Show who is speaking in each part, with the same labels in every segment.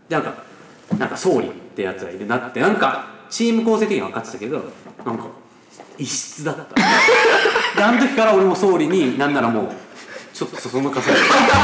Speaker 1: なんか総理ってやつがいるなって、なんかチーム構成的には分かってたけど、なんか異質だったであの時から俺も総理になんならもうちょっとそそのかされ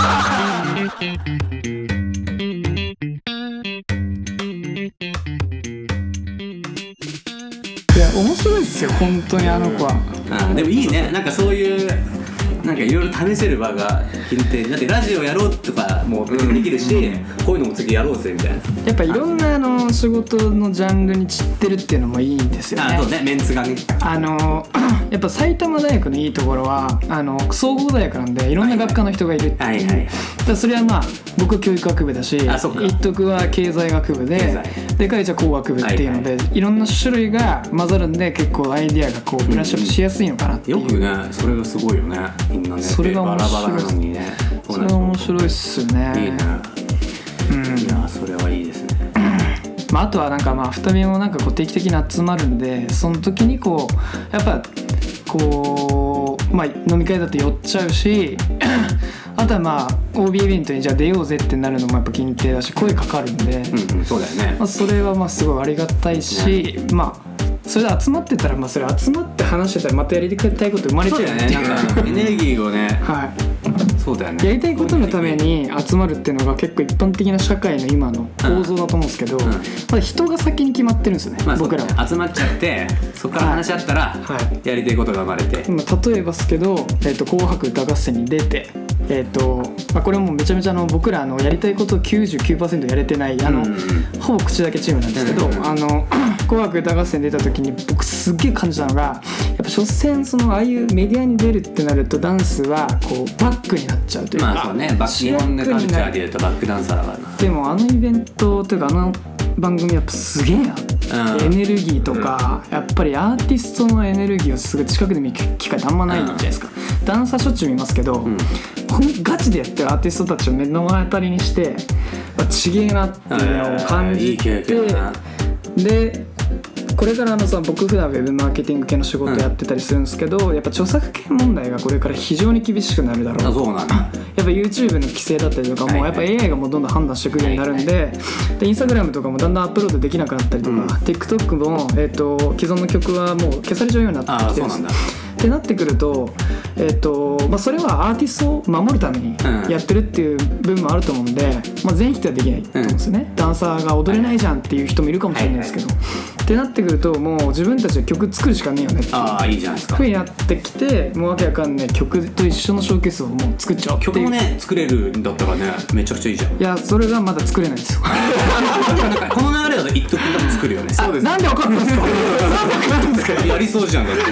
Speaker 2: いや面白いですよ本当にあの子は、
Speaker 1: でもいいね、なんかそういうなんかいろいろ試せる場が近天だって、ラジオやろうとかもできるし、こういうのも次やろうぜみたいな。
Speaker 2: やっぱいろんな仕事のジャンルに散ってるっていうのもいいんですよね。
Speaker 1: そうね、メンツがね。
Speaker 2: やっぱ埼玉大学のいいところは総合大学なんでいろんな学科の人がいるっていう、だからそれはまあ僕教育学部だし、一徳は経済学部で会社工学部っていうので、いろんな種類が混ざるんで結構アイディアがこうブラッシュアップしやすいのかなっていう、
Speaker 1: よくね、それがすごいよね、みんなね。
Speaker 2: それが面白い、
Speaker 1: バラバラなのにね、
Speaker 2: それは面白いっすね。
Speaker 1: いいね、いやそれはいいですね。
Speaker 2: あとはなんか2人もなんかこう定期的に集まるんで、その時にこうやっぱこう飲み会だって寄っちゃうしあとはOB イベントにじゃあ出ようぜってなるのもやっぱ近定だし、声かかるんで、
Speaker 1: そうだよね。
Speaker 2: それはすごいありがたいし、それで集まってたら、それ集まって話してたらまたやりたいこと生まれちゃうよね。
Speaker 1: なんかエネルギーをね、そうだよね。
Speaker 2: やりたいことのために集まるっていうのが結構一般的な社会の今の構造だと思うんですけど、人が先に決まってるんですよね、僕らは。
Speaker 1: 集まっちゃって、そこから話し合ったらやりたいことが生まれて。
Speaker 2: 例えばですけど、紅白歌合戦に出て、これもめちゃめちゃ僕らやりたいことを 99% やれてないほぼ口だけチームなんですけど、紅白歌合戦出た時に僕すっげえ感じたのが、やっぱ所詮ああいうメディアに出るってなるとダンスはこうバックになっちゃうというか、
Speaker 1: そうね、日本のカルチャーでいうとバックダンサーだからな。
Speaker 2: でもイベントというか番組やっぱすげえな、エネルギーとか、やっぱりアーティストのエネルギーをすぐ近くで見る機会ってあんまないじゃないですか。ダンサーしょっちゅう見ますけど、ガチでやってるアーティストたちを目の当たりにしてちげえなっていうのを感じて、でこれから僕普段ウェブマーケティング系の仕事やってたりするんですけど、やっぱ著作権問題がこれから非常に厳しくなるだろう。
Speaker 1: そうなんだ。
Speaker 2: やっぱ YouTube の規制だったりとかもやっぱ AI がもうどんどん判断してくるようになるんで、Instagram とかもだんだんアップロードできなくなったりとか、TikTok も既存の曲はもう消されちゃうようになってきてるんです。ってなってくると、それはアーティストを守るためにやってるっていう部分もあると思うんで、全否定はできないと思うんですよね。ダンサーが踊れないじゃんっていう人もいるかもしれないですけど、ってなってくるともう自分たちで曲作るしかねえよねっていう
Speaker 1: いいじゃないですか。
Speaker 2: ふうになってきて、もうわけわかんない曲と一緒のショーケースをもう作っちゃおうっていう。
Speaker 1: 曲もね作れるんだったらね、めちゃくちゃいいじゃん。
Speaker 2: いやそれがまだ作れないんですよ
Speaker 1: この流れだと一時多分作るよね。
Speaker 2: そうです。なんでわかったんですかなんでわかったんですか
Speaker 1: やりそうじゃんだって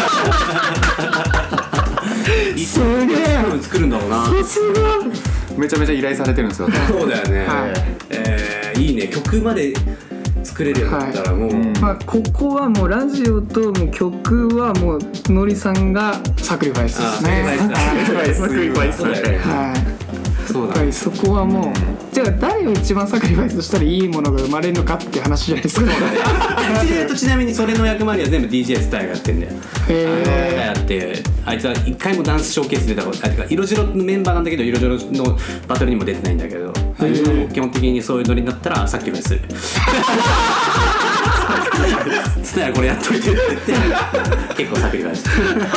Speaker 2: すげえ
Speaker 1: 作るんだろうな。
Speaker 2: さすが
Speaker 3: めちゃめちゃ依頼されてるんですよ。
Speaker 1: そうだよね、いいね、曲まで作れるようになったらもう、
Speaker 2: ここはもうラジオともう曲はもうのりさんがサクリファイスですね。
Speaker 3: サクリファイス。
Speaker 1: そうだね。
Speaker 2: そこはもう、じゃあ誰を一番サクリファイスしたらいいものが生まれるのかっていう話じゃないですか。
Speaker 1: ちなみにそれの役回りは全部 DJ スタイルがやってんだよ。やってあいつは一回もダンスショーケース出たことない。色白のメンバーなんだけど色白のバトルにも出てないんだけど、あいつはもう基本的にそういうノリになったらサクリファイスする。スタイルこれやっといてって言って結構サクリファイス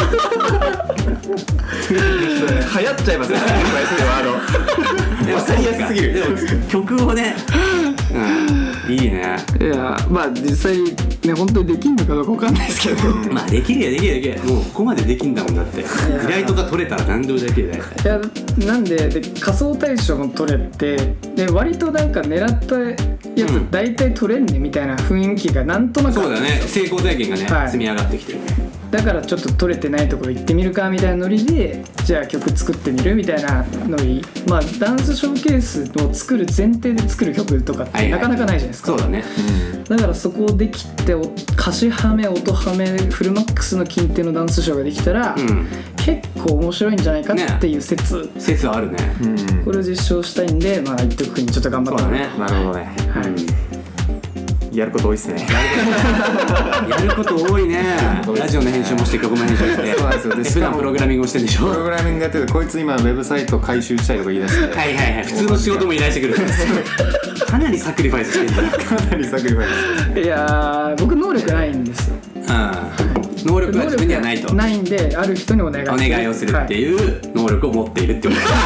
Speaker 3: 流行っちゃいますね。
Speaker 1: でも分かりやすすぎる。でも曲をね、いいね。
Speaker 2: いや実際ね本当にできんのかどうか分かんないですけど、
Speaker 1: できるよできるもうここまでできんだもんだって。依頼とか取れたら何でもできるね。
Speaker 2: いやなんで仮想対象も取れて、で割となんか狙ったやつ大体取れんねみたいな雰囲気がなんとなく、
Speaker 1: そうだね、成功体験がね、積み上がってきてる。
Speaker 2: だからちょっと取れてないところ行ってみるかみたいなノリで、じゃあ曲作ってみるみたいなノリ。ダンスショーケースを作る前提で作る曲とかってなかなかないじゃないですか。
Speaker 1: そうだね、
Speaker 2: だからそこできて歌詞はめ音はめフルマックスの近手のダンスショーができたら、結構面白いんじゃないかっていう説
Speaker 1: はあるね。
Speaker 2: これを実証したいんで、一徳にちょっと頑張ってもらう。
Speaker 3: なるほどね。やること多いっすね。
Speaker 1: やること多いね。ラジオの編集もして曲も編集して。そうなんですよ。普段プログラミングをしてるんでしょ。
Speaker 3: プログラミングやってて、こいつ今ウェブサイト回収したいとか言い出して。
Speaker 1: 普通の仕事も依頼してくる。かななりサクリファイスしてるんだよ。
Speaker 3: かなりサクリファイス。
Speaker 2: いや僕能力ないんですよ。
Speaker 1: 能力が自分にはないと。
Speaker 2: ないんで、ある人にお願い
Speaker 1: をするっていう能力を持っているってことだよ。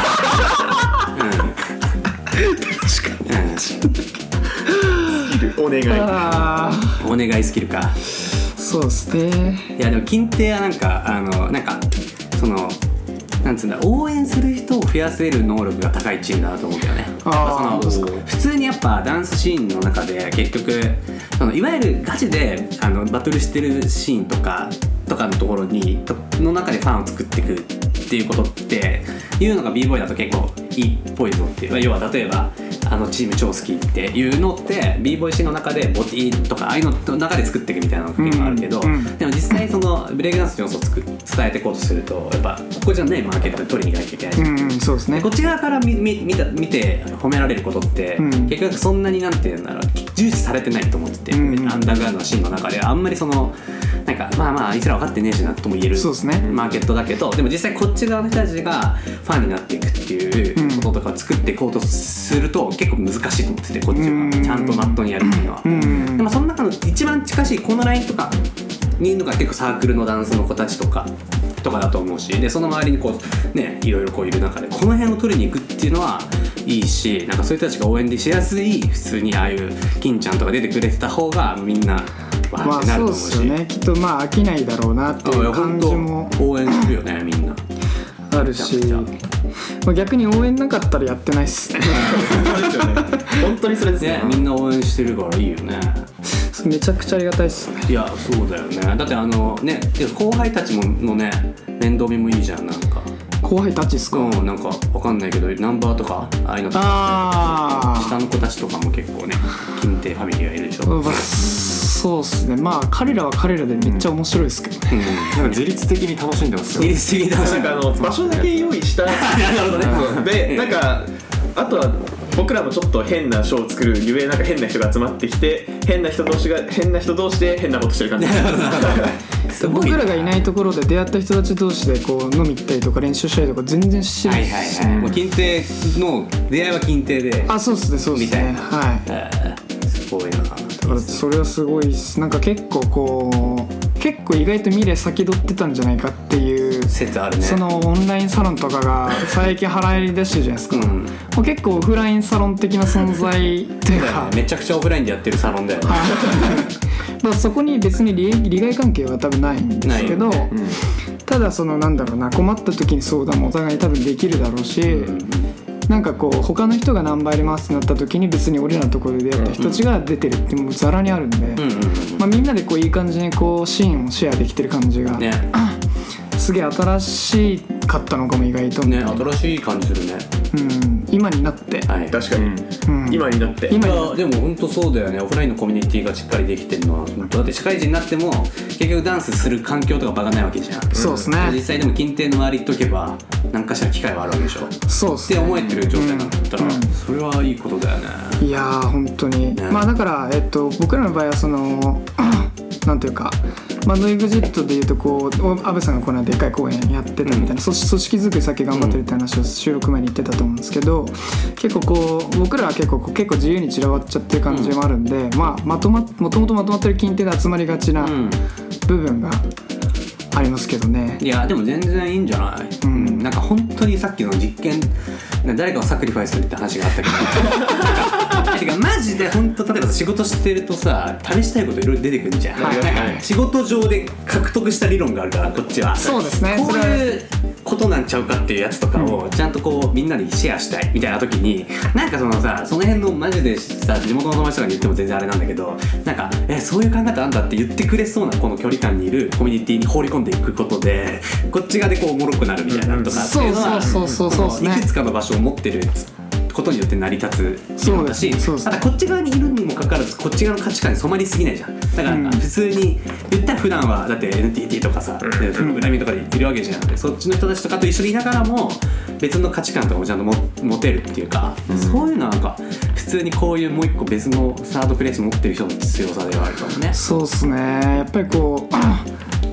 Speaker 1: 確かに。
Speaker 3: スキルお願い。
Speaker 1: お願いスキルか。
Speaker 2: そうですね。
Speaker 1: いやでも近帝はなんかそのなんつうんだ、応援する人を増やせる能力が高いチームだなと思うけどね。普通にやっぱダンスシーンの中で結局いわゆるガチでバトルしてるシーンとかのところの中でファンを作っていくっていうことっていうのが b ボーイだと結構いいっぽいぞっていう。要は例えばチーム超好きっていうのって b ボーイシーンの中でボティとかああいうのの中で作っていくみたいなのが結構あるけど、でも実際そのブレイクダンスの要素を伝えていこうとするとやっぱここじゃねマーケットで取りに行かなきゃいけないし、
Speaker 2: そうですね。
Speaker 1: こっち側から見て褒められることって、結局そんなになんていうんだろう重視されてないと思ってて、アンダーグラウンドのシーンの中であんまりそのなんかまああいつら分かってねえしなとも言えるマーケットだけど、でも実際こっち側の人たちがファンになっていくっていうこととかを作っていこうとすると結構難しいと思ってて、こっちがちゃんとマットにやるっていうのは。でもその中の一番近しいこのラインとかにいるのが結構サークルのダンスの子たちとかだと思うし、でその周りにこうねいろいろこういる中でこの辺を取りに行くっていうのはいいし、なんかそういう人たちが応援でしやすい普通にああいう金ちゃんとか出てくれてた方がみんなわーってなると思うし、
Speaker 2: そうですよね。きっと飽きないだろうなっていう感じも
Speaker 1: 応援するよねみんな
Speaker 2: あるし、逆に応援なかったらやってないっすね。
Speaker 3: 本当ですよね。本当にそれですね。
Speaker 1: みんな応援してるからいいよね。
Speaker 2: めちゃくちゃありがたいっすね。
Speaker 1: いやそうだよね。だってね後輩たちのね面倒見もいいじゃん。なんか
Speaker 2: 後輩たちですか。
Speaker 1: なんかわかんないけどナンバーとかああいうのとか下の子たちとかも結構ね近帝ファミリーがいるでしょ。
Speaker 2: そうっすね。彼らは彼らでめっちゃ面白いですけどね。
Speaker 3: なんか自律的に楽しんでますよ。
Speaker 1: 自律的に楽しんで
Speaker 3: なんか場所だけ用意した。なるほどね。でなんかあとは僕らもちょっと変なショーを作るゆえなんか変な人が集まってきて変な人同士で変なことしてる感じ。
Speaker 2: 僕らがいないところで出会った人たち同士でこう飲み行ったりとか練習したりとか全然してないですね。
Speaker 1: もう近帝の出会いは近帝で。
Speaker 2: そうですねそうですね。
Speaker 1: すごいな。
Speaker 2: だからそれはすごいです。なんか結構意外と未来先取ってたんじゃないかっていう
Speaker 1: 説あるね。
Speaker 2: そのオンラインサロンとかが最近払い出してるじゃないですか。もう結構オフラインサロン的な存在というか、
Speaker 1: めちゃくちゃオフラインでやってるサロンだよね。
Speaker 2: そこに別に利害関係は多分ないんですけど、ただなんだろうな、困った時に相談もお互い多分できるだろうし、なんかこう他の人がナンバーやりますってなった時に別に俺らのところで出会った人たちが出てるってもうザラにあるんで、みんなでこういい感じにこうシーンをシェアできてる感じが、すげえ新しかったのかも意外と
Speaker 1: ね。新しい感じするね。
Speaker 2: 今になって、
Speaker 3: 確かに、今になってで
Speaker 1: も本当そうだよね。オフラインのコミュニティがしっかりできてるのはだって社会人になっても結局ダンスする環境とか場がないわけじゃん。
Speaker 2: そうですね。
Speaker 1: 実際でも近帝の周り行っとけば何かしら機会はあるわけでしょ。
Speaker 2: そうっすね。
Speaker 1: って思えてる状態なんだったら、それはいいことだよね。
Speaker 2: いやー本当に、だから僕らの場合はなんていうか、ノイグジットでいうとこうアベさんがこのでっかい公演やってたみたいな、組織づくりさっき頑張ってるって話を収録前に言ってたと思うんですけど、結構こう僕らは結構自由に散らばっちゃってる感じもあるんで、もともとまとまってる近帝で集まりがちな部分がありますけどね。
Speaker 1: いやでも全然いいんじゃない。なんか本当にさっきの実験誰かをサクリファイスするって話があったけどてかマジで本当例えば仕事してるとさ試したいこといろいろ出てくるじゃん。仕事上で獲得した理論があるからこっちは。
Speaker 2: そうですね。
Speaker 1: こういうことなんちゃうかっていうやつとかをちゃんとこうみんなにシェアしたいみたいな時になんかその辺のマジでさ地元の友達とかに言っても全然あれなんだけど、なんかそういう考え方あんだって言ってくれそうなこの距離感にいるコミュニティに放り込んでいくことでこっち側でこうおもろくなるみたいなとかっていうのはいくつかの場所を持ってることによって成り立つものだし、ただこっち側にいるにもかかわらずこっち側の価値観に染まりすぎないじゃん。だから普通に言ったら普段はだって NTT とかさプログラミングとかでいるわけじゃん。そっちの人たちとかと一緒にいながらも別の価値観とかもちゃんと持てるっていうか、そういうのはなんか普通にこういうもう一個別のサードプレイス持ってる人の強さではあるかもね。
Speaker 2: そうですね。やっぱりこう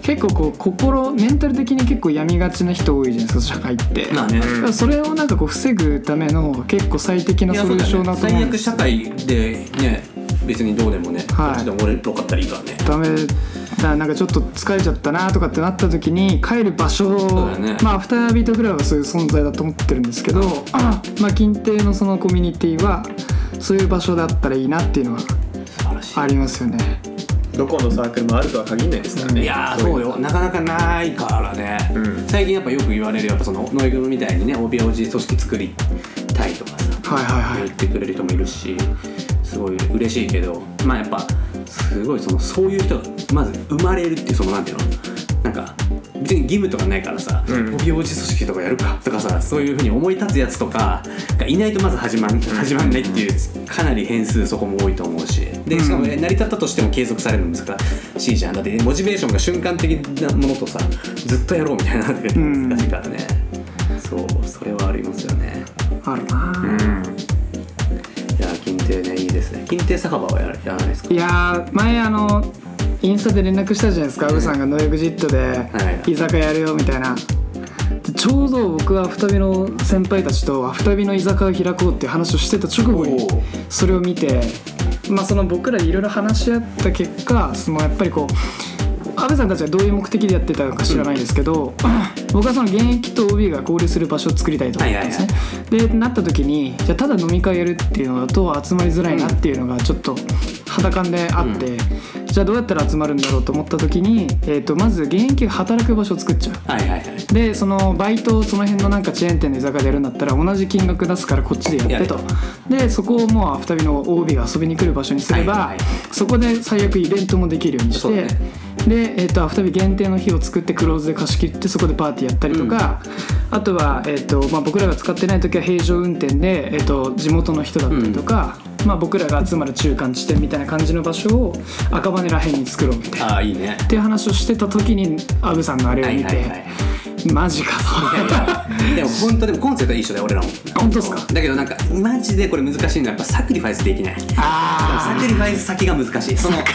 Speaker 2: 結構こうメンタル的に結構病みがちな人多いじゃないですか社会って、
Speaker 1: まあね、
Speaker 2: それをなんかこう防ぐための結構最適なソリューションだと思うんですよ。
Speaker 1: 最悪社会でね別にどうでもね、
Speaker 2: はい、
Speaker 1: こっちでも俺とかったらいいからね。
Speaker 2: ダメだ、なんかちょっと疲れちゃったなとかってなった時に帰る場所を、
Speaker 1: ね、
Speaker 2: まあアフタービートクラブはそういう存在だと思ってるんですけど、まあ近帝のそのコミュニティはそういう場所だったらいいなっていうのはありますよね。
Speaker 3: どこのサークルもあるとは限らないですからね。
Speaker 1: いやーそうよ、なかなかないからね、最近やっぱよく言われるやっぱそのノイグみたいにね OBOG 組織作りたいとかさ、言ってくれる人もいるしすごい嬉しいけど、まあやっぱすごいそういう人がまず生まれるっていうそのなんていうのなんか別に義務とかないからさ、OBOG 組織とかやるかとかさ、そういう風に思い立つやつとかがいないとまず始まんないっていうかなり変数そこも多いと思うし、でしかも成り立ったとしても継続されるの難しいじゃん。だってモチベーションが瞬間的なものとさずっとやろうみたいなのが難しいからね、そうそれはありますよね。
Speaker 2: あるな、
Speaker 1: いや近帝ねいいですね。近帝酒場はやらないですか？
Speaker 2: いや前インスタで連絡したじゃないですか、アブさんがノエグジットで居酒屋やるよみたいな。ちょうど僕はアフタビの先輩たちとアフタビの居酒屋を開こうっていう話をしてた直後にそれを見て、まあその僕らいろいろ話し合った結果、そのやっぱりこう安部さんたちはどういう目的でやってたのか知らないんですけど、僕はその現役と OB が交流する場所を作りたいと思ったんですね。でなった時にじゃあただ飲み会やるっていうのだと集まりづらいなっていうのがちょっと肌感であって、じゃあどうやったら集まるんだろうと思った時に、まず現役が働く場所を作っちゃう、でそのバイトをその辺のなんかチェーン店の居酒屋でやるんだったら同じ金額出すからこっちでやってと、でそこをもうアフタビの OB が遊びに来る場所にすれば、そこで最悪イベントもできるようにして、で、アフタビ限定の日を作ってクローズで貸し切ってそこでパーティーやったりとか、あとは、まあ、僕らが使ってない時は平常運転で、地元の人だったりとか、まあ、僕らが集まる中間地点みたいな感じの場所を赤羽らへんに作ろうみたいな、
Speaker 1: いいね
Speaker 2: っていう話をしてた時にアブさんのあれを見て、マジかと。
Speaker 1: でも本当でもコンセプトは一緒だよ俺らも。
Speaker 2: 本当ですか？
Speaker 1: だけどなんかマジでこれ難しいのはやっぱサクリファイスできない。サクリファイス先が難しい。そのなんか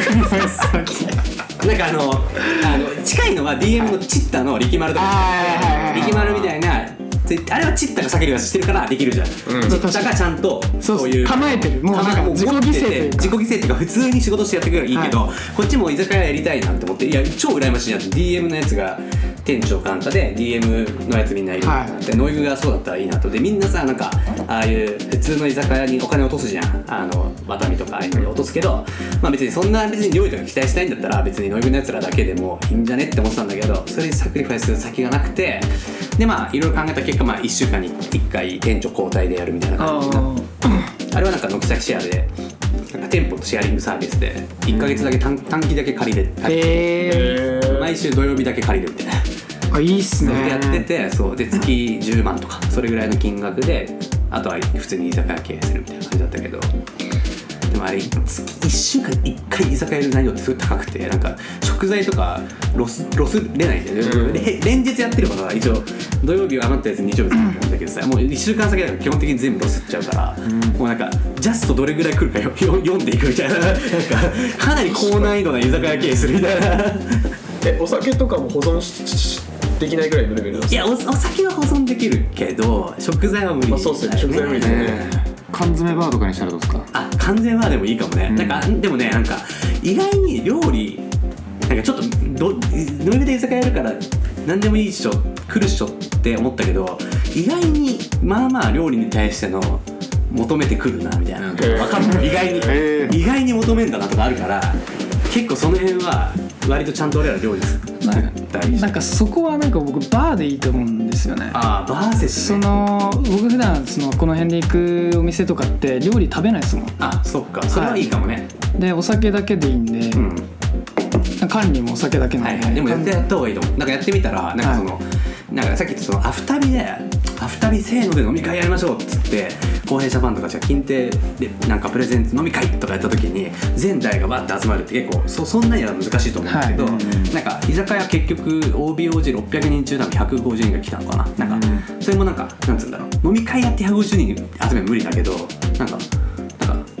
Speaker 1: 近いのは DM のチッタの力丸とか、力丸みたいなあれはチッタがサクリファイスしてるからできるじゃん、チッタがちゃんとそういう
Speaker 2: 構えてる、もうなんか自己犠牲というか
Speaker 1: 自己犠牲っていうか普通に仕事してやってくればいいけど、こっちも居酒屋やりたいなって思って、いや超羨ましいなって DM のやつが店長かなんかで DM のやつみんないるってノイグがそうだったらいいなと。でみんなさなんかああいう普通の居酒屋にお金落とすじゃん、ワタミとかああいうのに落とすけど、まあ別にそんな別に料理とか期待したいんだったら別にノイグのやつらだけでもいいんじゃねって思ってたんだけど、それにサクリファイスする先がなくて、でまあいろいろ考えた結果、まあ1週間に1回店長交代でやるみたいな感じになって、あれはなんか軒先シェアでなんか店舗とシェアリングサービスで1ヶ月だけ短期だけ借りれて、毎週土曜日だけ借りるみたいな、
Speaker 2: いいっすね。
Speaker 1: やってて、そうで月10万とかそれぐらいの金額で、あとは普通に居酒屋経営するみたいな感じだったけど、でもあれ1週間に1回居酒屋やる内容ってすごい高くて、なんか食材とかロス出ないんだよね、連日やってるから一応土曜日余ったやつ日曜日なんだけどさ、もう1週間先だから基本的に全部ロスっちゃうから、もうなんかジャストどれぐらい来るか読んでいくみたいな、なんかかなり高難易度な居酒屋経営するみたいな
Speaker 3: お酒とかも保存できないぐらいのレベルなんですか？
Speaker 1: いや お酒は保存できるけど食材は無理、
Speaker 3: まあ、そうっすね、食材は無理ですよね。
Speaker 4: 缶詰バーとかにしたらどうですか？
Speaker 1: 缶詰バーでもいいかもね、なんかでもね、なんか意外に料理なんかちょっとノイグで居酒屋やるから何でもいいっしょ来るっしょって思ったけど、意外にまあまあ料理に対しての求めてくるなみたいなの分かるの、意外に求めんだなとかあるから、結構その辺は割とちゃんと俺ら料理する
Speaker 2: なんかそこはなんか僕バーでいいと思うんですよね。
Speaker 1: バー説ね。
Speaker 2: 僕普段この辺で行くお店とかって料理食べないですもん。
Speaker 1: そっか、それはいいかもね。
Speaker 2: でお酒だけでいいんで、管理もお酒だけなんで、
Speaker 1: でもやった方がいいと思う。なんかやってみたらなんかなんかさっき言ったアフタビせーので飲み会やりましょうっつって公平ジャパンとかじゃ近帝でなんかプレゼンツ飲み会とかやった時に全体がバッて集まるって結構そんなには難しいと思うんだけど、なんか居酒屋結局 OBOG600 人中多分150人が来たのかな、なんかそれもなんかなんつうんだろう、飲み会やって150人集めるの無理だけど、なんか1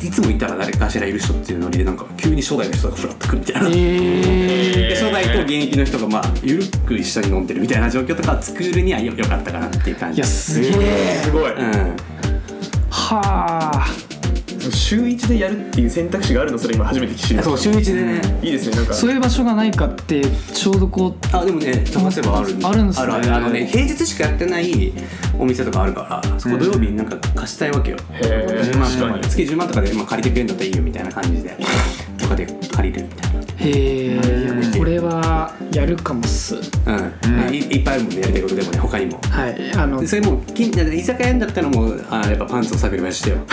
Speaker 1: いつもいたら誰かしらいる人っていうノリでなんか急に初代の人がフラッと来るみたいな、で初代と現役の人がまあゆるく一緒に飲んでるみたいな状況とか作るにはよかったかなっていう感じ。
Speaker 2: いやすげえ
Speaker 3: すごい、
Speaker 2: はあ
Speaker 3: 週1でやるっていう選択肢があるのそれ今初めて知りました。
Speaker 1: そう週1でね、
Speaker 3: いいですね。なんか
Speaker 2: そういう場所がないかってちょうどこう
Speaker 1: でもね探せばあるんです
Speaker 2: ね。
Speaker 1: 平日しかやってないお店とかあるからそこ土曜日になんか貸したいわけよ。10万とかで月10万とかで借りてくれるんだったらいいよみたいな感じでとかで借りるみたいな。
Speaker 2: へえ、これはやるかもっす。
Speaker 1: いっぱいあるもんねやりたいことでもね他にも。
Speaker 2: はい
Speaker 1: それも居酒屋やんだったらもうやっぱパンツを探りましてよ。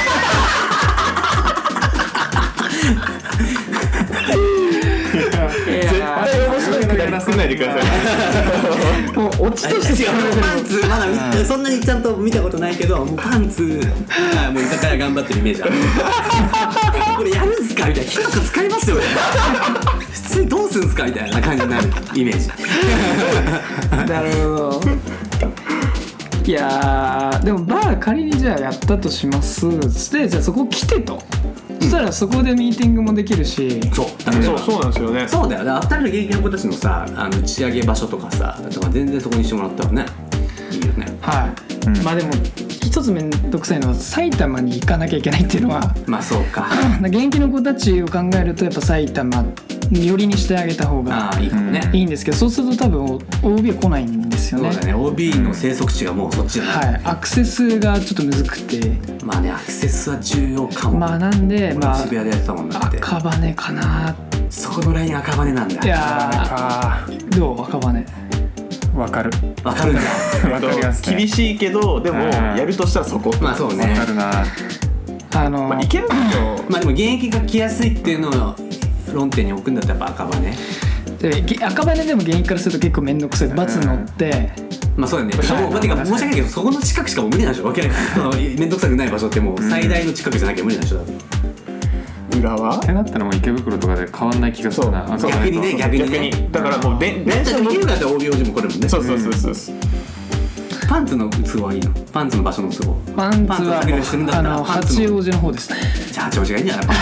Speaker 3: 絶対面白いくだり作んないでください。
Speaker 2: もうオチとして
Speaker 1: パンツまだそんなにちゃんと見たことないけどもうパンツがもう居酒屋頑張ってるイメージある。これやるんすかみたいな、火とか使いますよね。普通にどうすんすかみたいな感じになるイメージ。
Speaker 2: なるほど。いやでもバー仮にじゃあやったとします。でじゃあそこ来てと。そしたらそこでミーティングもできるし、
Speaker 3: そうなんですよね。
Speaker 1: そうだよね。2人の現役の子たちのさ打ち上げ場所とかさ全然そこにしてもらったらねいいよね。
Speaker 2: はい、まあでも一つめんどくさいのは埼玉に行かなきゃいけないっていうのは
Speaker 1: まあそうか。
Speaker 2: 現役の子たちを考えるとやっぱ埼玉寄りにしてあげた方が
Speaker 1: いいかもね。
Speaker 2: いいんですけど、そうすると多分 OB は来ないんですよね。
Speaker 1: そうだね。OB の生息地がもうそっちだね。
Speaker 2: はい、アクセスがちょっとむずくて、
Speaker 1: まあねアクセスは重要かも。
Speaker 2: まあなんで
Speaker 1: まあ渋谷でやってたもんだって。
Speaker 2: 赤羽かな。
Speaker 1: そこのライン赤羽なんだ。
Speaker 2: いやどう赤羽。
Speaker 4: わかるんだ。
Speaker 3: わかりますね。厳しいけどでもやるとしたらそこ。
Speaker 1: まあそうね。
Speaker 4: わかるな。
Speaker 3: まあいけるけど
Speaker 1: まあでも現役が来やすいっていうのを論点に置くんだったらやっぱ赤羽
Speaker 2: で赤羽でも現役からすると結構面倒くさい。バス乗って
Speaker 1: まあそうだね。てか申し訳ないけどそこの近くしかもう無理なんでしょ。わけない。面倒くさくない場所ってもう最大の近くじゃなきゃ無理なんでしょ。
Speaker 3: 裏は
Speaker 4: ってなったらもう池袋とかで変わんない気がするな。
Speaker 1: 逆にね逆に
Speaker 3: だからもう電車
Speaker 1: できるかって OB も来るもんね。
Speaker 3: そう
Speaker 1: パンツの都合はいいの。パンツの場所の都合。
Speaker 2: パンツは八王子の方ですね。
Speaker 1: じゃあ八王子がいいんじゃない。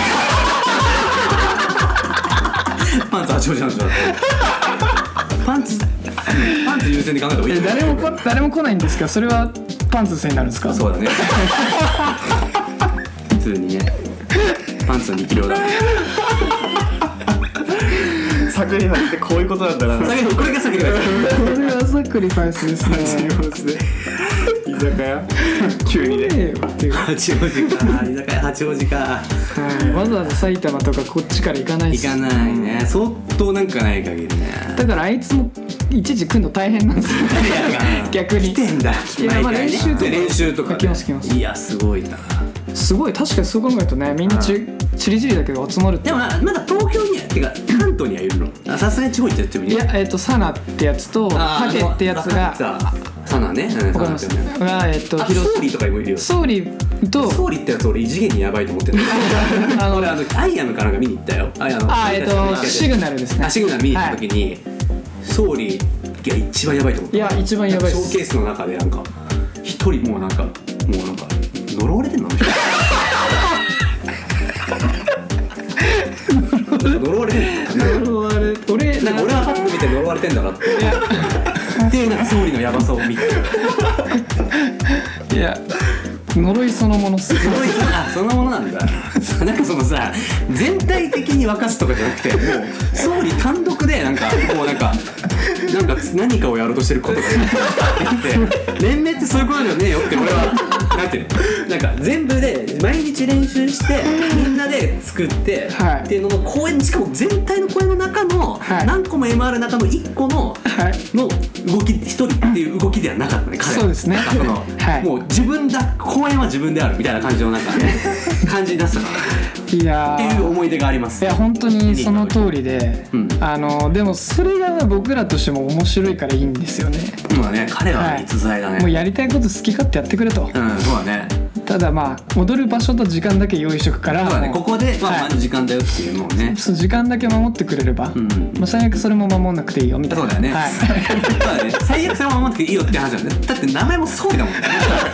Speaker 1: パンツ八王子なんですよ。パンツ優先で考えた方がいい。
Speaker 2: 誰も来ないんですか。それはパンツのせいになるんですか。
Speaker 1: そうだね。普通にねパンツの力量だ。
Speaker 3: サクリファイスってこういうことなんだな。
Speaker 1: これがサクリファイス。
Speaker 2: これはサクリファイスですね。
Speaker 3: 居酒屋急にね。
Speaker 1: 八王子か。居酒屋八王子か。
Speaker 2: わざわざ埼玉とかこっちから行かないし。
Speaker 1: 行かないね。相当なんかない限りね。
Speaker 2: だからあいつもいちいち来るの大変なんですよ。逆に。
Speaker 1: 来てんだ。
Speaker 2: いやまあ練習とか
Speaker 1: 来ます。いやすごいな。
Speaker 2: すごい確かにそう考えるとねみんなチリチリだけど集まるって。
Speaker 1: でもまだ東京にはてか関東にはいるの。さすがに地方行っちゃってもいい。
Speaker 2: いやサナってやつとハケってやつが
Speaker 1: サナね。
Speaker 2: わかりますが
Speaker 1: ソーリーとかにもいるよ。
Speaker 2: ソーリー
Speaker 1: ってやつ俺異次元にやばいと思ってる。俺アイアムかなんか見に行ったよ。
Speaker 2: シグナルですね。
Speaker 1: シグナル見に行った時にソーリーが一番やばいと思って。
Speaker 2: いや一番やばいです。
Speaker 1: ショーケースの中でなんか一人もうなんか呪われてんの。呪われてんの。俺はパッと見て呪われてんだなっていうなんか総理のヤバさを見て。
Speaker 2: いや呪いそのものすごい。
Speaker 1: そのものなんだ。なんかそのさ全体的に沸かすとかじゃなくてもう総理単独でなんかもうなんか何かをやろうとしてることがって連盟ってそういうことじゃねえよって俺はなんていうのなんか全部で毎日練習してみんなで作って、はい、っていうのの公演しかも全体の公演の中の、はい、何個も MR の中の1個の、はい、の動き1人っていう動きではなかったね彼は。
Speaker 2: そうですね。
Speaker 1: はい、もう自分だ公演は自分であるみたいな感じのなんか、ね、感じになってたから。
Speaker 2: いや
Speaker 1: っていう思い出があります。
Speaker 2: いや本当にその通りで、うん、でもそれが僕らとしても面白いからいいんですよね。
Speaker 1: そうだね。彼は逸材だね、はい。
Speaker 2: もうやりたいこと好き勝手やってくれと。
Speaker 1: うん、そうだね。
Speaker 2: ただまあ踊る場所と時間だけ用意しとくから。
Speaker 1: そうだね。ここでまあ時間だよっていうのをね。
Speaker 2: そう時間だけ守ってくれれば、まあ最悪それも守んなくていいよみたいな。
Speaker 1: そうだよね。はい、そうだね。最悪それも守っていいよって話なんだね。だって名前もそうだもんね。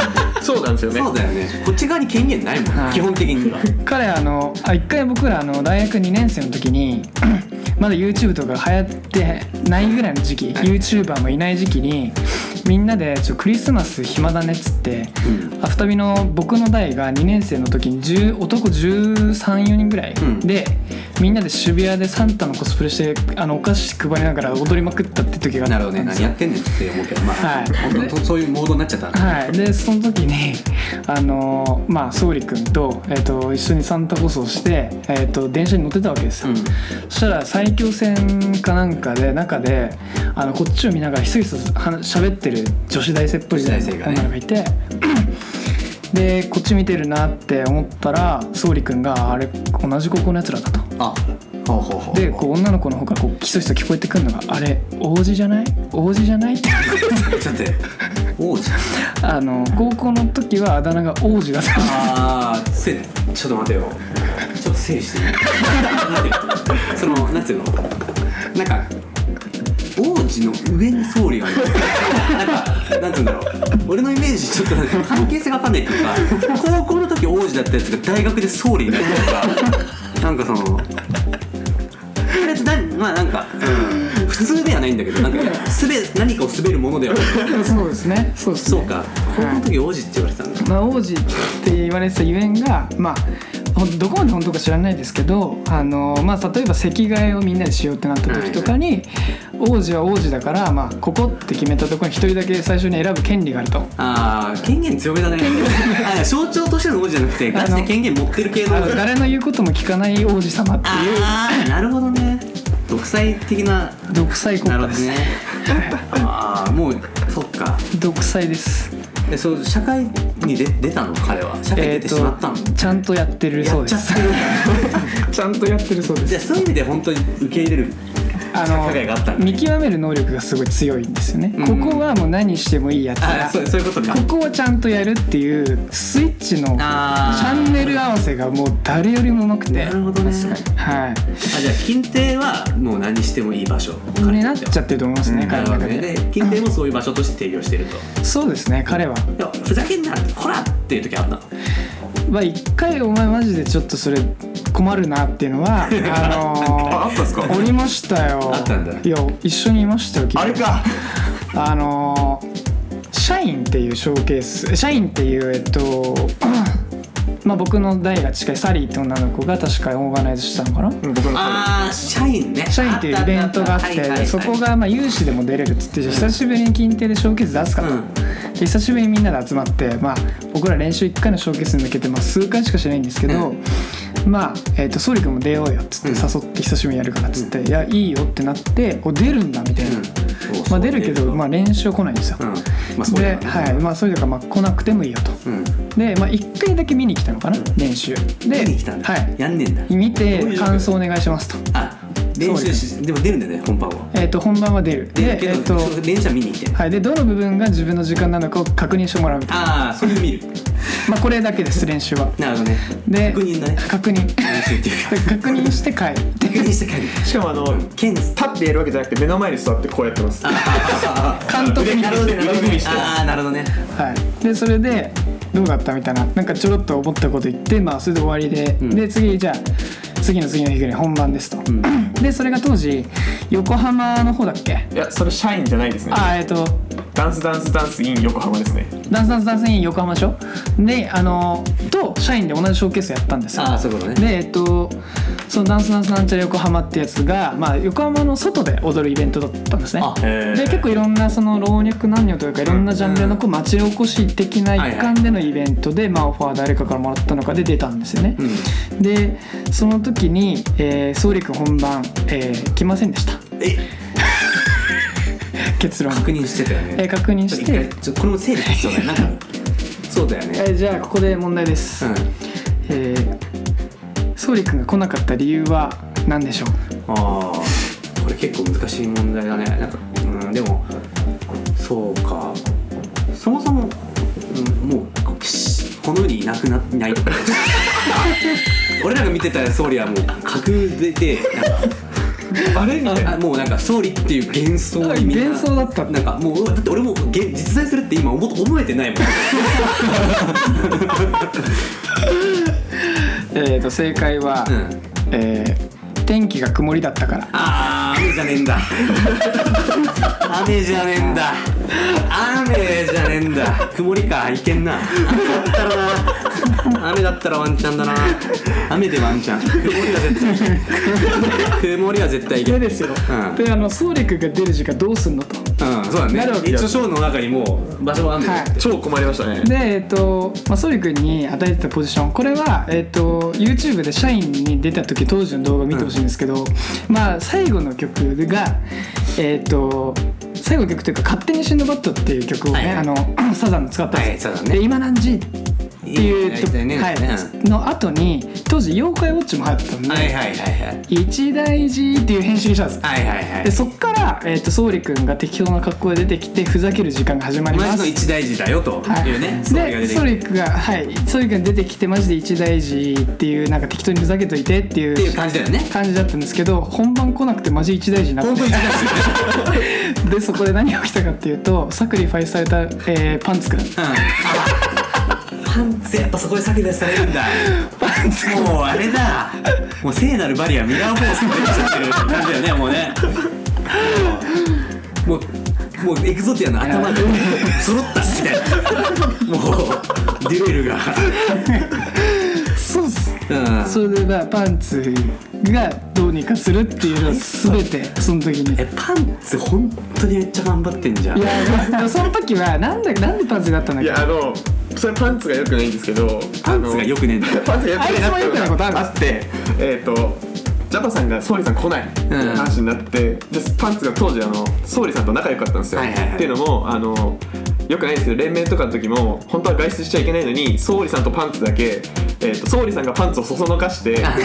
Speaker 3: そうなんですよね。
Speaker 1: そうだよね。こっち側に権限ないもん、
Speaker 2: はい
Speaker 1: 基本的には。
Speaker 2: 彼一回僕ら大学2年生の時にまだ YouTube とか流行ってないぐらいの時期、YouTuber もいない時期にみんなでクリスマス暇だねっつって、アフタビの僕の代が2年生の時に男13、4人ぐらいで、みんなで渋谷でサンタのコスプレしてお菓子配りながら踊りまくったって時があった
Speaker 1: なるほどね。何
Speaker 2: んですよ。
Speaker 1: やってんねんって思うけど、まあ、
Speaker 2: はい
Speaker 1: 本当そういうモードになっちゃったんだ。
Speaker 2: はい、でその時に総理君と、一緒にサンタコスをして、電車に乗ってたわけですよ、そしたら埼京線かなんかで中でこっちを見ながらひそひそ喋ってる女子大生っぽい女の子がいて、でこっち見てるなって思ったら総理君があれ同じ高校のやつらだと。
Speaker 1: あ、ほうほうほう。
Speaker 2: でこう女の子の方からこうひそひそ聞こえてくるのがあれ王子じゃない王子じゃないって
Speaker 1: ちょっと待って王子
Speaker 2: 高校の時はあだ名が王子だったんです。
Speaker 1: ああ、ちょっと待てよ。ちょっと整理していいなんていうのなんか王子の上に総理がいるなんていうんだろう、俺のイメージちょっとなんか関係性が分かんないっていうか、高校の時王子だったやつが大学で総理になるとかなんかまあなんか、普通ではないんだけど、なんか何かを滑るものではない
Speaker 2: そうですね。そうですね。
Speaker 1: そうか、高校の時王子って言われてたんだ。
Speaker 2: 王子って言われてたゆえんがどこまで本当か知らないですけど、例えば席替えをみんなでしようってなった時とかに、王子は王子だから、ここって決めたところに一人だけ最初に選ぶ権利があると。
Speaker 1: ああ、権限強めだね象徴としての王子じゃなくてガチで権限持ってる系の
Speaker 2: 誰の言うことも聞かない王子様っていう。
Speaker 1: ああ、なるほどね。独裁的な。
Speaker 2: 独裁国家です
Speaker 1: ね。ああ、もうそっか。
Speaker 2: 独裁です。
Speaker 1: そう社会に出たの彼は。社会に出てしまったの。
Speaker 2: ちゃんとやってるそうです。
Speaker 1: やっちゃってる
Speaker 2: ちゃんとやってるそうです。
Speaker 1: じゃあそういう意味で本当に受け入れる社会があったんだ。
Speaker 2: 見極める能力がすごい強いんですよね、ここはもう何してもいいやつだ、
Speaker 1: そういうことか。
Speaker 2: ここはちゃんとやるっていうスイッチのチャンネル合わせがもう誰よりもうまくて。
Speaker 1: なるほどね。
Speaker 2: はい。
Speaker 1: じゃあ近帝はもう何してもいい場所
Speaker 2: になっちゃってると思いますね、彼の中で。
Speaker 1: で近帝もそういう場所として提供してると。
Speaker 2: そうですね、彼は。
Speaker 1: いやふざけんなこらっていう時あったの。
Speaker 2: 一回お前マジでちょっとそれ困るなっていうのは
Speaker 3: あったんですか？
Speaker 2: おりましたよ。
Speaker 1: あったんだ。
Speaker 2: いや一緒にいましたよ。
Speaker 3: あれか。
Speaker 2: 社員っていうショーケース、社員っていう僕の代が近いサリーって女の子が確かオーガナイズしたのかな。
Speaker 1: ああ、社員ね。
Speaker 2: 社員っていうイベントがあって、そこが有志でも出れるっつって、久しぶりに近帝でショーケース出すかと、で久しぶりにみんなで集まって、僕ら練習1回のショーケースに向けて、数回しかしないんですけど、総理君も出ようよっつって誘って久しぶりにやるからっつって、いやいいよってなって、出るんだみたいな、出るけど練習は来ないんですよ。で、そういうのが来なくてもいいよと。で、1回だけ見に来たのかな、練習で。
Speaker 1: 見に来たんだ。やんねんだ。
Speaker 2: 見て感想お願いしますと。
Speaker 1: 練習でも出るんだよね、本番は。
Speaker 2: 本番は出る。で、
Speaker 1: 練習は見に行って。
Speaker 2: はい。でどの部分が自分の時間なのかを確認してもらう。
Speaker 1: ああ、それで見る。
Speaker 2: これだけです、練習は。
Speaker 1: なるほどね。
Speaker 2: で、
Speaker 1: 確認だね。
Speaker 2: 確認して帰る。
Speaker 1: 確認して帰る。
Speaker 3: しかも立ってやるわけじゃなくて目の前に座ってこうやってます。
Speaker 2: 監督に。
Speaker 1: なるほどね。ああ、なるほどね。
Speaker 2: はい。でそれでどうだったみたいな、なんかちょろっと思ったこと言って、それで終わりで、で次じゃあ次の日ぐらいに本番ですと。でそれが当時横浜の方だっけ？
Speaker 3: いや、それ社員じゃないですね。ダンスイン横浜ですね。
Speaker 2: ダンスイン横浜でしょ。でと社員で同じショーケースやったんですよ。
Speaker 1: そういうことね。
Speaker 2: でそのダンスなんちゃら横浜ってやつが、横浜の外で踊るイベントだったんですね。で結構いろんなその老若男女というかいろんなジャンルの町おこし的な一環でのイベントで、オファー誰かからもらったのかで出たんですよね。でその時に総理君本番来ませんでした。結論
Speaker 1: 確認してたよね。
Speaker 2: 確認して
Speaker 1: これも整理必要だよ。なんかそうだよね。
Speaker 2: じゃあここで問題です。総理君が来なかった理由は何でしょう？こ
Speaker 1: れ結構難しい問題だね。なんかでもそうか、そもそも、もうこの世にいないとか俺らが見てた総理はもう格でなんか
Speaker 3: あれみたいな。
Speaker 1: もうなんか総理っていう幻想にみんな
Speaker 2: 幻想だった
Speaker 1: なんかもうだって俺も実在するって今思えてないもん
Speaker 2: 正解は、天気が曇りだったから。
Speaker 1: 雨じゃねえんだ雨じゃねえんだ雨じゃねえんだ曇りかいけんな雨だったらワンチャンだな雨でワンチャン曇りは絶対いける
Speaker 2: でですよ、で総理君が出る時間どうすんのと、
Speaker 1: そうだね
Speaker 2: なるわけ
Speaker 1: 一応ショーの中にもう場所があるんだよ、
Speaker 3: 超困りましたね。
Speaker 2: で総理君に与えてたポジション、これはYouTube で社員に出た時当時の動画を見てほしいんですけど、最後の曲が最後の曲というか勝手にシンドバッドっていう曲をね、サザンの使ったんですよ、で今何時っていうの後に当時妖怪ウォッチも流行ってたんで、一大事っていう編集したんです、でそっから総理くんが適当な格好で出てきてふざける時間が始まります。
Speaker 1: マジの一大事だよというね、
Speaker 2: で総理くんが出てきてマジで一大事っていうなんか適当にふざけといてっていう
Speaker 1: 感じだよね、
Speaker 2: 感じだったんですけど、本番来なくてマジ一大事になってでそこで何が起きたかっていうと、サクリファイスされた、パンツくん、
Speaker 1: パンツやっぱそこでサクリファイスされるんだパンツもうあれだ、もう聖なるバリアミラーフォースが出てきちゃってる感じだよね、もうねもうエクゾティアの頭が揃ったみたいなもうデュエルが
Speaker 2: そうっす、それでパンツがどうにかするっていうのを全てその時に
Speaker 1: パンツ本当にめっちゃ頑張ってんじゃん。
Speaker 2: いやその時はなんでパンツだったんだっけ。
Speaker 3: いやそれパンツが良くないんですけど、
Speaker 1: パンツが良くねえんだよ。
Speaker 3: パンツが良くないなって
Speaker 2: あいつも良くないことあ
Speaker 3: ってジャパさんが総理さん来ないっていう話になって、でパンツが当時総理さんと仲良かったんですよ、っていうのもよくないんですけど、連盟とかの時も本当は外出しちゃいけないのに総理さんとパンツだけ、総理さんがパンツをそそのかして
Speaker 1: もう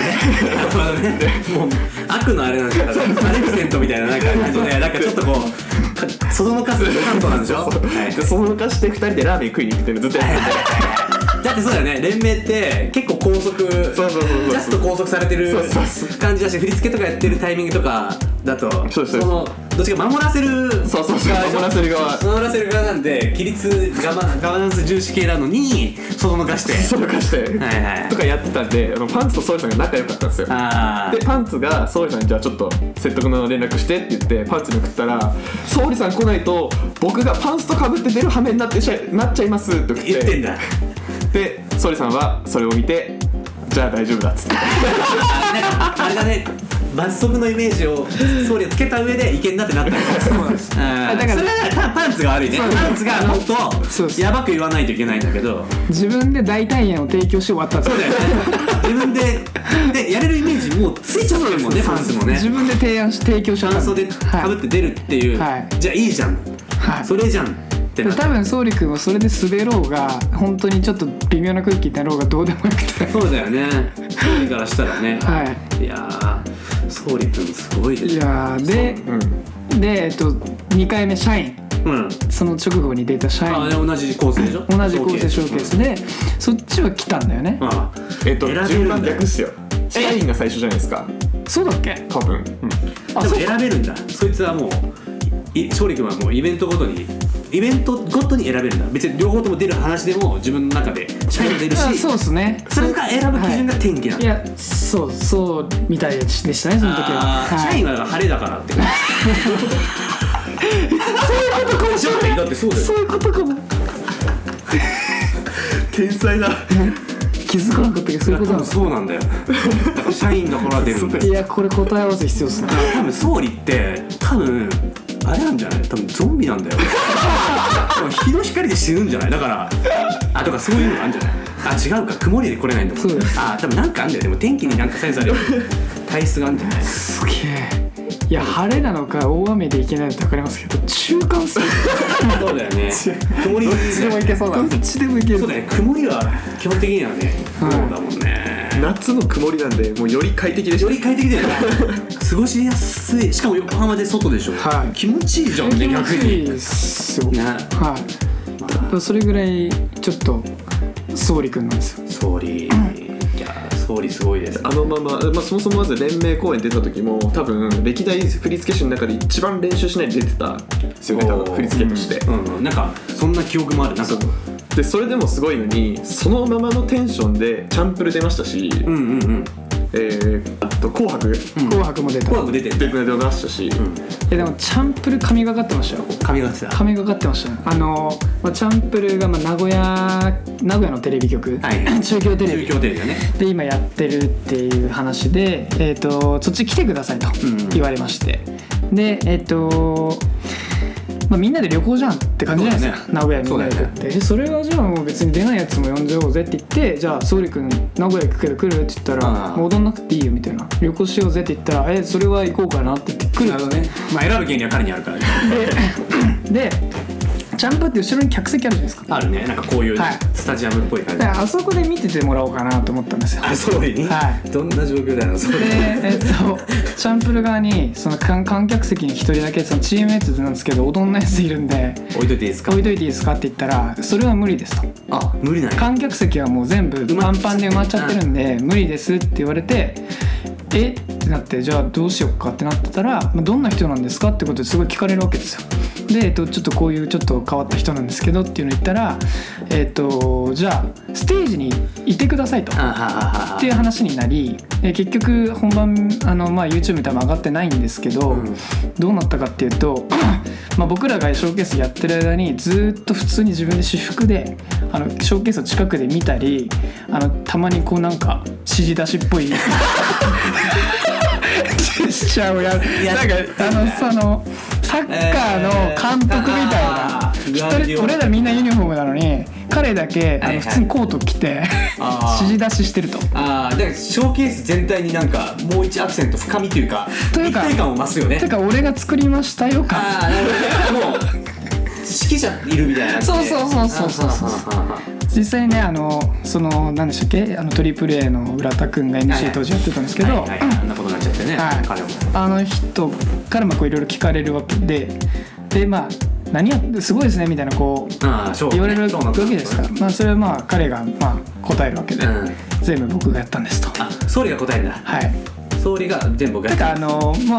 Speaker 1: 悪のあれなんだからアレクセントみたいななんか感じでなんかちょっとこうそそのかす関東なんでしょ。
Speaker 3: そそのかして2人でラーメン食いに行くっていうのずっとやってて
Speaker 1: だってそうだよね、連盟って結構拘束ジャスト拘束されてる感じだし、振り付けとかやってるタイミングとかだとそのどっちか守らせる
Speaker 3: 守らせる側
Speaker 1: なんで規律ガバナンス重視系なのにそそのかして
Speaker 3: とかやってたんで、パンツと総理さんが仲良かったんですよ。でパンツが総理さんにじゃあちょっと説得の連絡してって言ってパンツに送ったら、総理さん来ないと僕がパンツとかぶって出る羽目になっちゃいますって
Speaker 1: 言ってんだ。
Speaker 3: で総理さんはそれを見てじゃあ大丈夫だっつって
Speaker 1: あれだね、罰則のイメージを総理がつけた上でいけんなってなったんそうなんです。だからそれはパンツが悪いね。パンツがもっとやばく言わないといけないんだけど、
Speaker 2: 自分で代替案を提供して終わったんです。
Speaker 1: そうだよね。自分でやれるイメージもうついちゃってるもんね、パンツもね。
Speaker 2: 自分で提供しちゃった。
Speaker 1: 半袖かぶって出るっていう、じゃあいいじゃん、それじゃんってなった。
Speaker 2: 多分総理君はそれで滑ろうが本当にちょっと微妙な空気になろうがどうでもよくて。
Speaker 1: そうだよね、総理からしたらね。いや総理君すごいです。
Speaker 2: いやで2回目社員、その直後に出た社員、
Speaker 1: 同じ構成でしょ。
Speaker 2: 同じ構成ショーケースでそっちは来たんだよね。
Speaker 3: 順番逆っすよ。社員が最初じゃないですか。
Speaker 2: そうだっけ。
Speaker 3: 多分。
Speaker 1: でも選べるんだ。そいつはもう勝利君はもうイベントごとに選べるんだ。別に両方とも出る話でも自分の中で社員も出るし、
Speaker 2: そうですね。
Speaker 1: それが選ぶ基準が天気なんだ。
Speaker 2: いやそうみたいでしたね、その時は。
Speaker 1: 社員は晴れだからってそういうことかもしれない。だってそうだよ。
Speaker 2: そういうことかも。
Speaker 3: 天才だ。
Speaker 2: 気づかなかったけどそういうことなんです。
Speaker 1: そうなんだよ。社員だから出るんだよ。
Speaker 2: いやこれ答え合わせ必要ですね。
Speaker 1: 多分総理ってあれなんじゃない？多分ゾンビなんだよ。日の光で死ぬんじゃない？だからとかそういうのがあるんじゃない？違うか、曇りで来れないんだもん。
Speaker 2: そうです。
Speaker 1: 多分なんかあんだよ。でも天気になんかセンサーで体質があるんじゃない？
Speaker 2: すげえ。いや晴れなのか大雨でいけないのって分かりますけど、中間層。
Speaker 1: そうだよね。曇りどっちでもいけそうだ。
Speaker 2: どっちでもいける。
Speaker 1: そうだね。曇りは基本的にはね、そうだもんね。
Speaker 3: 夏の曇りなんでもうより快適でしょ。
Speaker 1: より快適だよね。過ごしやすい。しかも横浜で外でしょ。気持ちいいじゃんね、逆に。
Speaker 2: いいですよ。それぐらいちょっと総理くんなんですよ。
Speaker 1: 総理。いや総理すごいです。
Speaker 3: あのまま、そもそもまず連盟公演出た時も多分歴代振付師の中で一番練習しないで出てたんですよね、多分振付として、
Speaker 1: なんかそんな記憶もある。なんか
Speaker 3: でそれでもすごいのに、そのままのテンションでチャンプル出ましたし、あと紅白
Speaker 2: も出た。
Speaker 1: 紅白出て
Speaker 3: 出ましたし、
Speaker 2: でもチャンプル神がかってましたよ。神がかってましたね。チャンプルが名古屋のテレビ局、中京テレビで今やってるっていう話で、そっち来てくださいと言われまして、でみんなで旅行じゃんって感じじゃないですか、名古屋にみんなで行くって。それはじゃあもう別に出ないやつも呼んじゃおうぜって言って、じゃあ総理君名古屋行くけど来るって言ったら、戻んなくていいよみたいな、旅行しようぜって言ったら、それは行こうかなって言って来る。
Speaker 1: なるほどね。選ぶ権利は彼にあるからね。
Speaker 2: でジャンプって後ろに客席あるじゃないですか。
Speaker 1: あるね。なんかこういうスタジアムっぽい感じ。
Speaker 2: あそこで見ててもらおうかなと思ったんですよ。
Speaker 1: 総理に。どんな状況だよ。それ
Speaker 2: でチャンプル側にその観客席に一人だけそのチームメイトなんですけど踊んないやついるんで、
Speaker 1: 置いといていいですか
Speaker 2: って言ったら、それは無理ですと。
Speaker 1: 無理ない。
Speaker 2: 観客席はもう全部パンパンで埋まっちゃってるんで無理ですって言われて、ってなって、じゃあどうしようかってなってたら、どんな人なんですかってことですごい聞かれるわけですよ。で、ちょっとこういうちょっと変わった人なんですけどっていうのを言ったら、じゃあステージにいてくださいとっていう話になり、結局本番YouTube みたいなの上がってないんですけど、どうなったかっていうと僕らがショーケースやってる間にずっと普通に自分で私服でショーケースを近くで見たり、たまにこうなんか指示出しっぽいジェスチャーをやる、なんかそのサッカーの監督みたいな、俺らみんなユニフォームなのに彼だけ普通にコート着て指示出ししてると。
Speaker 1: だからショーケース全体になんかもう一アクセント深みというか立体感を増すよね。
Speaker 2: てか俺が作りましたよ感。
Speaker 1: なるほど。もう指揮者いるみたいな。
Speaker 2: そう実際ね、その何でしたっけ、トリプル A の浦田くんが MC 当時やってたんですけど、
Speaker 1: あんなことになっちゃってね、彼も
Speaker 2: あの人からこういろいろ聞かれるわけで、何やってすごいですねみたいなこう言われるわけですから、それは彼が答えるわけで、全部僕がやったんですと。
Speaker 1: 総理が答えるんだ。はい。総理が全部僕がやった。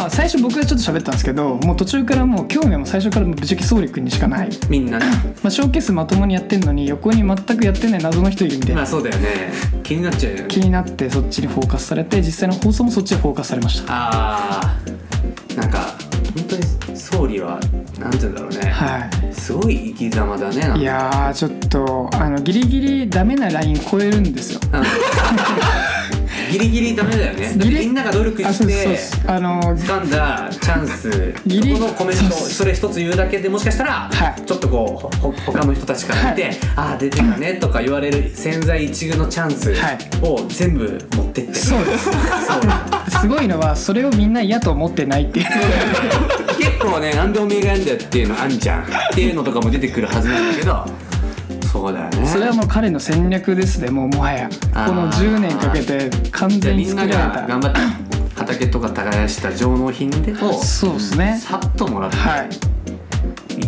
Speaker 2: 最初僕がちょっと喋ったんですけど、もう途中からもう興味はもう最初からぶっちゃけ総理君にしかない。
Speaker 1: みんなね。
Speaker 2: ショーケースまともにやってんのに横に全くやってない謎の人いるみたいな。
Speaker 1: そうだよね。気になっちゃうよね。
Speaker 2: 気になってそっちにフォーカスされて、実際の放送もそっちでフォーカスされました。
Speaker 1: なんか本当に総理はなんて言うんだろうね。すごい生き様だね。
Speaker 2: いやーちょっとギリギリダメなライン超えるんですよ。
Speaker 1: ギリギリダメだよね。みんなが努力して掴んだチャンス、そこのコメントそれ一つ言うだけでもしかしたらちょっとこう他の人たちから見て出てたねとか言われる千載一遇のチャンスを全部持ってって。
Speaker 2: そうです。すごいのはそれをみんな嫌と思ってないっていう。
Speaker 1: 結構ね、なんでおめえがやんだよっていうのあんじゃんっていうのとかも出てくるはずなんだけど。そうだよね。
Speaker 2: それはもう彼の戦略ですね。もはやこの10年かけて完全に作られた。
Speaker 1: みんなが頑張って畑とか耕した上納品で
Speaker 2: そうですね。
Speaker 1: さっともらって、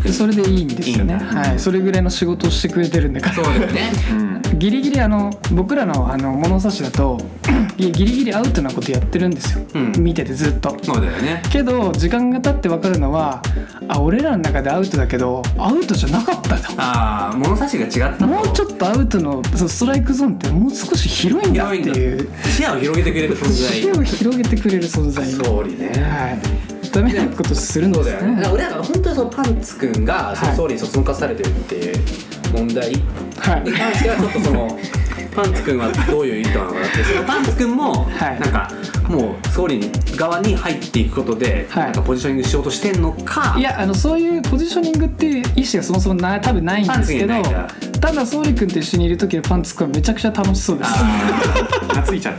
Speaker 2: それでいいんですよね。それぐらいの仕事をしてくれてるんで。
Speaker 1: そうだよね。
Speaker 2: ギリギリ僕らの物差しだとギリギリアウトなことやってるんですよ。見ててずっと。
Speaker 1: そうだよね。
Speaker 2: けど時間が経って分かるのは、俺らの中でアウトだけどアウトじゃなかったと。
Speaker 1: 物差しが違った。
Speaker 2: もうちょっとアウトのストライクゾーンってもう少し広いんだっていう。
Speaker 1: 視野を広げてくれる存在。
Speaker 2: 視野を広げてくれる存在。
Speaker 1: 総理ね。
Speaker 2: ダメなことするんですね。
Speaker 1: 俺らが本当にパンツくんが総理にそそのかされてるっていう問題に関してはちょっとそのパンツくんはどういう意図なのかなって、そのパンツくんもなんかもう総理側に入っていくことでなんかポジショニングしようとしてんのか。
Speaker 2: いやそういうポジショニングっていう意思がそもそも多分ないんですけど、ただ総理くんと一緒にいる時のパンツくんはめちゃくちゃ楽しそうです。
Speaker 4: 懐いちゃって。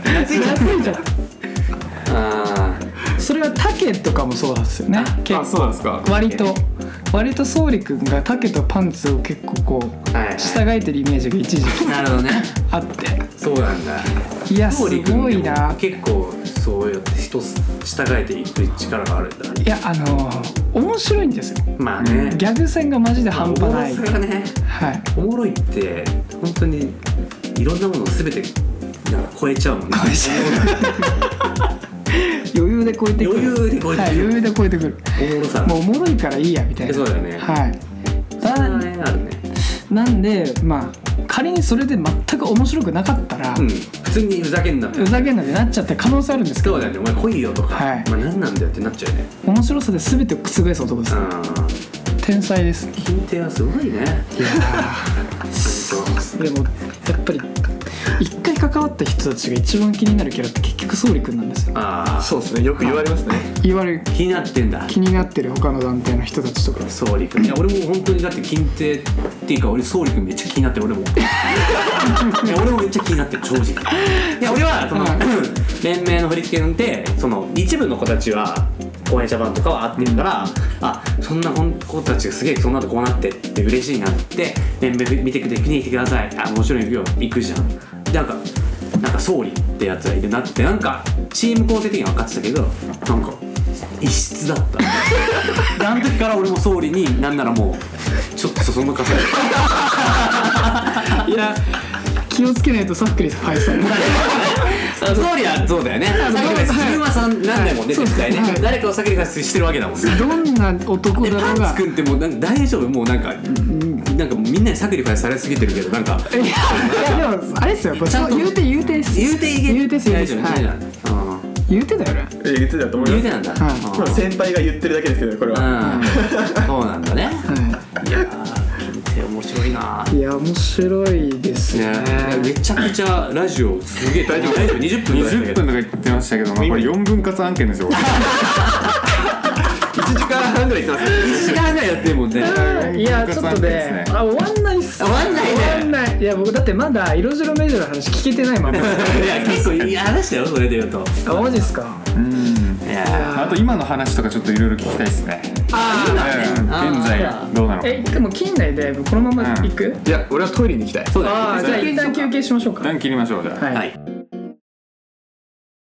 Speaker 2: それは竹とかもそうなんですよね。
Speaker 3: そうなんですか。
Speaker 2: 割と総理くんが竹とパンツを結構こう従えてるイメージが一時期あって。
Speaker 1: そうなんだ。
Speaker 2: いやすごいな。
Speaker 1: 結構そうやって人従えていく力があるんだ。
Speaker 2: いや面白いんですよ。ギャグ線がマジで半端ない。
Speaker 1: おもろいって本当にいろんなものを全てなんか超えちゃうもんね。
Speaker 2: 余裕で超えてくる。
Speaker 1: 余裕で超えてくる。
Speaker 2: はい、余裕で超えてくる。
Speaker 1: おもろさ。
Speaker 2: もうおもろいからいいやみたいな。
Speaker 1: そうだよね。
Speaker 2: はい。
Speaker 1: それはねあるね。
Speaker 2: なんでまあ仮にそれで全く面白くなかったら、
Speaker 1: 普通にふざけんなって
Speaker 2: ふざけんなってなっちゃって可能性あるんですけど。
Speaker 1: そうだよね。お前来いよとか。
Speaker 2: はい。
Speaker 1: まあ何なんだよってなっちゃうよね。
Speaker 2: 面白さで全てを覆す男です。天才です。
Speaker 1: 金亭はすごいね。いや
Speaker 2: でもやっぱり一回関わった人たちが一番気になるキャラって結局総理くんなんですよ。
Speaker 3: ああそうですね、よく言われますね。
Speaker 2: 言われる。
Speaker 1: 気になってんだ。
Speaker 2: 気になってる他の団体の人たちとか。
Speaker 1: 総理くん。いや俺も本当にだって金亭っていうか俺総理くんめっちゃ気になってる俺も。いや俺もめっちゃ気になってる正直。いや俺はその連盟の振り付けなんてその一部の子たちは公演者版とかは合ってるから、あそんな子たちがすげえそんなとこうなってって嬉しいなって連盟見てください。あ面白いよ行くじゃん。でなんか総理ってやつがいてなってなんかチーム構成的には分かってたけどなんか異質だった。であの時から俺も総理になんならもうちょっとそのかさ
Speaker 2: いや気をつけないとサックリファイさん。
Speaker 1: 総理はそうだよね。サクリファイス自分は何だもんね絶対ね。誰かをサクリファイスしてるわけだもんね。
Speaker 2: どんな男だろうが。
Speaker 1: パンツくんってもうなんか大丈夫もうなんかみんなにサクリファイスされすぎてるけどなんか。
Speaker 2: いやでもあれですよ。言うてです。
Speaker 1: 言うていけ。
Speaker 2: 言うてです。
Speaker 1: 大丈夫大丈
Speaker 2: 言うてだよね。
Speaker 3: 言ってたと思います。
Speaker 1: 言うてなんだ。
Speaker 3: まあ先輩が言ってるだけですけどこれは。
Speaker 1: そうなんだね。いや金亭面白いな。
Speaker 2: いや面白いですね。
Speaker 1: めちゃくちゃラジオすげえ大丈夫20分
Speaker 4: 20分とか言ってましたけど、これ4分割案件ですよ。
Speaker 3: 1時間半ぐらい行ってます。
Speaker 1: 1時間ぐらいやってるもんね。
Speaker 2: いやちょっとね終わんないっす。
Speaker 1: 終わんないね。
Speaker 2: 終わんない。いや僕だってまだ色白メジャーの話聞けてないまま。
Speaker 1: いや結構いい話したよそれで言うと。
Speaker 2: あマジっすか。
Speaker 1: いや
Speaker 4: あと今の話とかちょっといろいろ聞きたいですね。現在どうなのか。
Speaker 2: でも近内でこのまま行く？
Speaker 3: いや俺はトイレに行きたい。
Speaker 1: そうだ。
Speaker 2: じゃあ一旦休憩しましょうか。
Speaker 4: 一旦切りましょうじゃあ。
Speaker 2: はい。